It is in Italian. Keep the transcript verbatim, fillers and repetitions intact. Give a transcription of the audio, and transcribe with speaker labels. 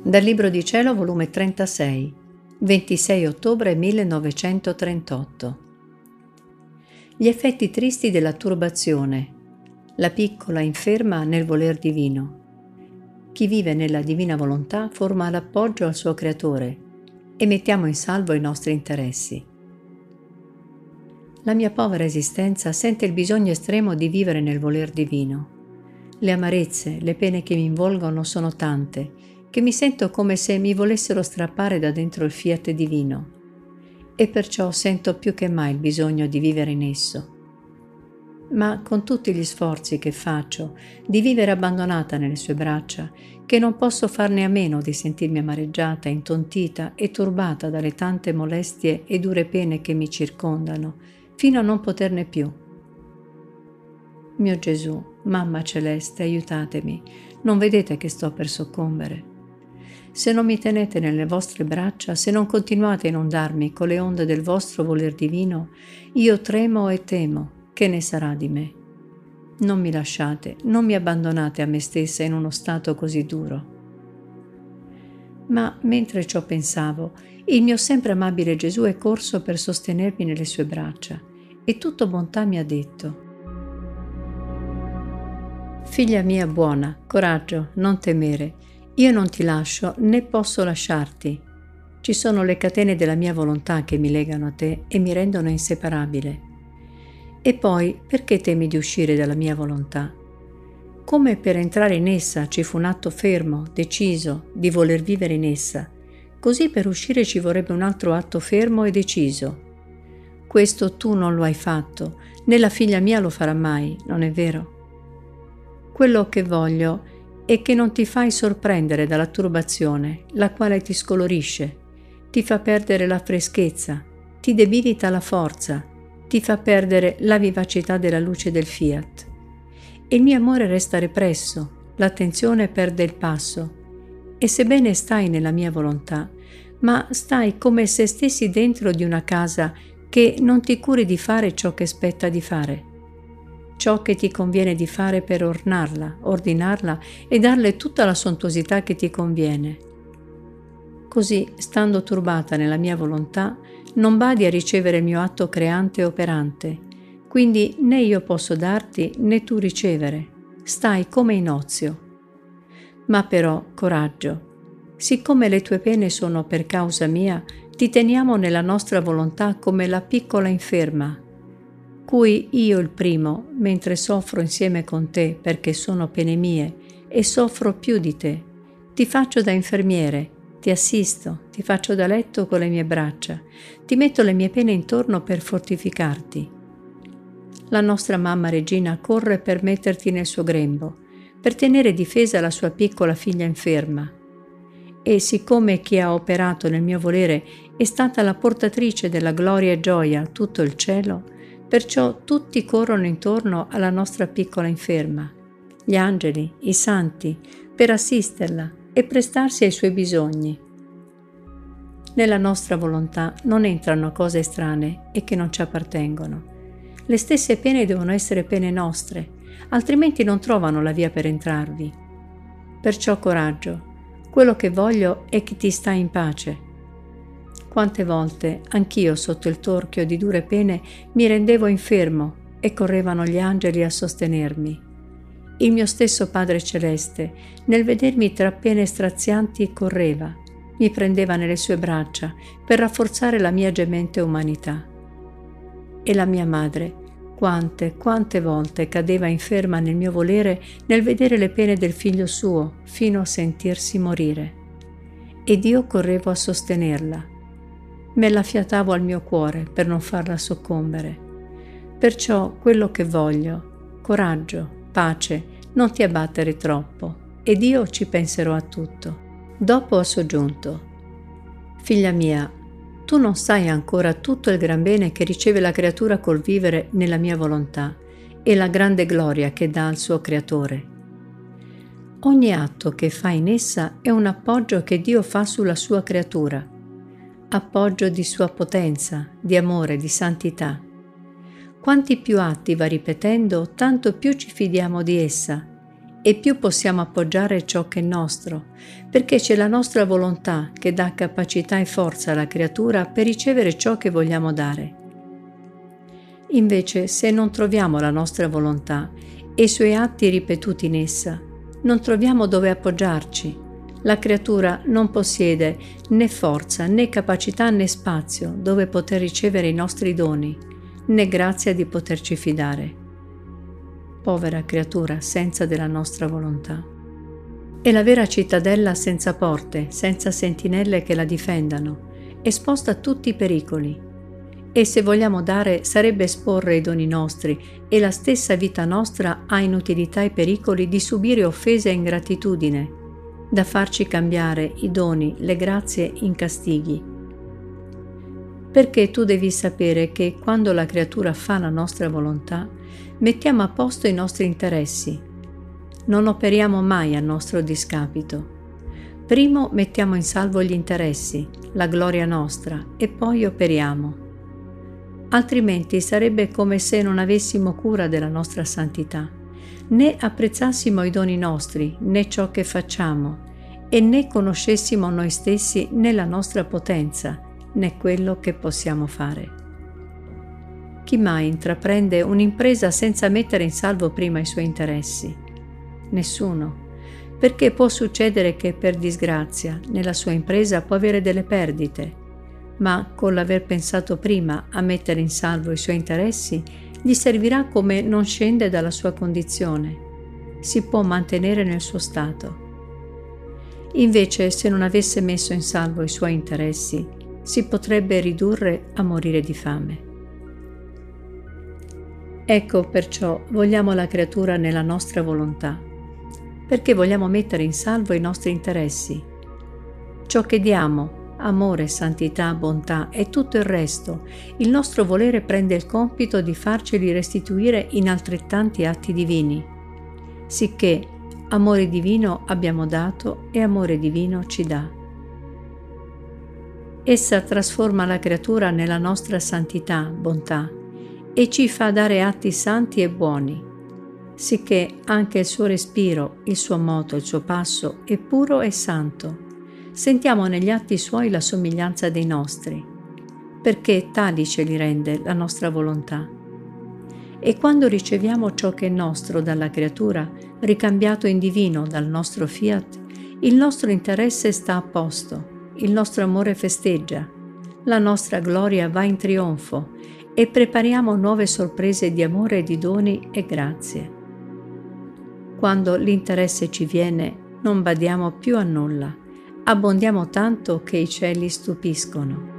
Speaker 1: Dal Libro di Cielo, volume trentasei, ventisei ottobre millenovecentotrentotto. Gli effetti tristi della turbazione. La piccola inferma nel voler divino. Chi vive nella divina volontà forma l'appoggio al suo creatore e mettiamo in salvo i nostri interessi. La mia povera esistenza sente il bisogno estremo di vivere nel voler divino. Le amarezze, le pene che mi involgono sono tante, che mi sento come se mi volessero strappare da dentro il fiat divino, e perciò sento più che mai il bisogno di vivere in esso. Ma con tutti gli sforzi che faccio di vivere abbandonata nelle sue braccia, che non posso farne a meno di sentirmi amareggiata, intontita e turbata dalle tante molestie e dure pene che mi circondano, fino a non poterne più. Mio Gesù, Mamma Celeste, aiutatemi, non vedete che sto per soccombere? Se non mi tenete nelle vostre braccia, se non continuate a inondarmi con le onde del vostro voler divino, io tremo e temo, che ne sarà di me? Non mi lasciate, non mi abbandonate a me stessa in uno stato così duro. Ma mentre ciò pensavo, il mio sempre amabile Gesù è corso per sostenermi nelle sue braccia, e tutto bontà mi ha detto: Figlia mia buona, coraggio, non temere. Io non ti lascio né posso lasciarti. Ci sono le catene della mia volontà che mi legano a te e mi rendono inseparabile. E poi, perché temi di uscire dalla mia volontà? Come per entrare in essa ci fu un atto fermo, deciso, di voler vivere in essa, così per uscire ci vorrebbe un altro atto fermo e deciso. Questo tu non lo hai fatto, né la figlia mia lo farà mai, non è vero? Quello che voglio è che non ti fai sorprendere dalla turbazione, la quale ti scolorisce, ti fa perdere la freschezza, ti debilita la forza, ti fa perdere la vivacità della luce del fiat. Il mio amore resta represso, l'attenzione perde il passo, e sebbene stai nella mia volontà, ma stai come se stessi dentro di una casa che non ti curi di fare ciò che spetta di fare. Ciò che ti conviene di fare per ornarla, ordinarla e darle tutta la sontuosità che ti conviene. Così, stando turbata nella mia volontà, non badi a ricevere il mio atto creante e operante, quindi né io posso darti né tu ricevere, stai come in ozio. Ma però, coraggio, siccome le tue pene sono per causa mia, ti teniamo nella nostra volontà come la piccola inferma, cui io il primo, mentre soffro insieme con te perché sono pene mie e soffro più di te, ti faccio da infermiere, ti assisto, ti faccio da letto con le mie braccia, ti metto le mie pene intorno per fortificarti. La nostra mamma regina corre per metterti nel suo grembo, per tenere difesa la sua piccola figlia inferma. E siccome chi ha operato nel mio volere è stata la portatrice della gloria e gioia a tutto il cielo, perciò tutti corrono intorno alla nostra piccola inferma, gli angeli, i santi, per assisterla e prestarsi ai suoi bisogni. Nella nostra volontà non entrano cose estranee e che non ci appartengono. Le stesse pene devono essere pene nostre, altrimenti non trovano la via per entrarvi. Perciò coraggio, quello che voglio è che ti stai in pace. Quante volte, anch'io sotto il torchio di dure pene, mi rendevo infermo e correvano gli angeli a sostenermi. Il mio stesso Padre Celeste, nel vedermi tra pene strazianti, correva, mi prendeva nelle sue braccia per rafforzare la mia gemente umanità. E la mia madre, quante, quante volte cadeva inferma nel mio volere nel vedere le pene del figlio suo, fino a sentirsi morire. Ed io correvo a sostenerla. Me la fiatavo al mio cuore per non farla soccombere. Perciò quello che voglio, coraggio, pace, non ti abbattere troppo, ed io ci penserò a tutto. Dopo ha soggiunto: Figlia mia, tu non sai ancora tutto il gran bene che riceve la creatura col vivere nella mia volontà e la grande gloria che dà al suo creatore. Ogni atto che fa in essa è un appoggio che Dio fa sulla sua creatura, appoggio di sua potenza, di amore, di santità. Quanti più atti va ripetendo, tanto più ci fidiamo di essa, e più possiamo appoggiare ciò che è nostro, perché c'è la nostra volontà che dà capacità e forza alla creatura per ricevere ciò che vogliamo dare. Invece, se non troviamo la nostra volontà e i suoi atti ripetuti in essa, non troviamo dove appoggiarci. La creatura non possiede né forza, né capacità, né spazio dove poter ricevere i nostri doni, né grazia di poterci fidare. Povera creatura senza della nostra volontà. È la vera cittadella senza porte, senza sentinelle che la difendano, esposta a tutti i pericoli. E se vogliamo dare sarebbe esporre i doni nostri e la stessa vita nostra a inutilità e pericoli di subire offese e ingratitudine, da farci cambiare i doni, le grazie in castighi. Perché tu devi sapere che quando la creatura fa la nostra volontà, mettiamo a posto i nostri interessi. Non operiamo mai a nostro discapito. Primo mettiamo in salvo gli interessi, la gloria nostra, e poi operiamo. Altrimenti sarebbe come se non avessimo cura della nostra santità, né apprezzassimo i doni nostri, né ciò che facciamo, e né conoscessimo noi stessi né la nostra potenza, né quello che possiamo fare. Chi mai intraprende un'impresa senza mettere in salvo prima i suoi interessi? Nessuno, perché può succedere che per disgrazia nella sua impresa può avere delle perdite, ma con l'aver pensato prima a mettere in salvo i suoi interessi, gli servirà come non scende dalla sua condizione, si può mantenere nel suo stato. Invece, se non avesse messo in salvo i suoi interessi, si potrebbe ridurre a morire di fame. Ecco perciò vogliamo la creatura nella nostra volontà, perché vogliamo mettere in salvo i nostri interessi. Ciò che diamo, amore, santità, bontà e tutto il resto, il nostro volere prende il compito di farceli restituire in altrettanti atti divini, sicché amore divino abbiamo dato e amore divino ci dà. Essa trasforma la creatura nella nostra santità, bontà, e ci fa dare atti santi e buoni, sicché anche il suo respiro, il suo moto, il suo passo è puro e santo. Sentiamo negli atti suoi la somiglianza dei nostri, perché tali ce li rende la nostra volontà. E quando riceviamo ciò che è nostro dalla creatura, ricambiato in divino dal nostro fiat, il nostro interesse sta a posto, il nostro amore festeggia, la nostra gloria va in trionfo e prepariamo nuove sorprese di amore e di doni e grazie. Quando l'interesse ci viene, non badiamo più a nulla, abbondiamo tanto che i cieli stupiscono.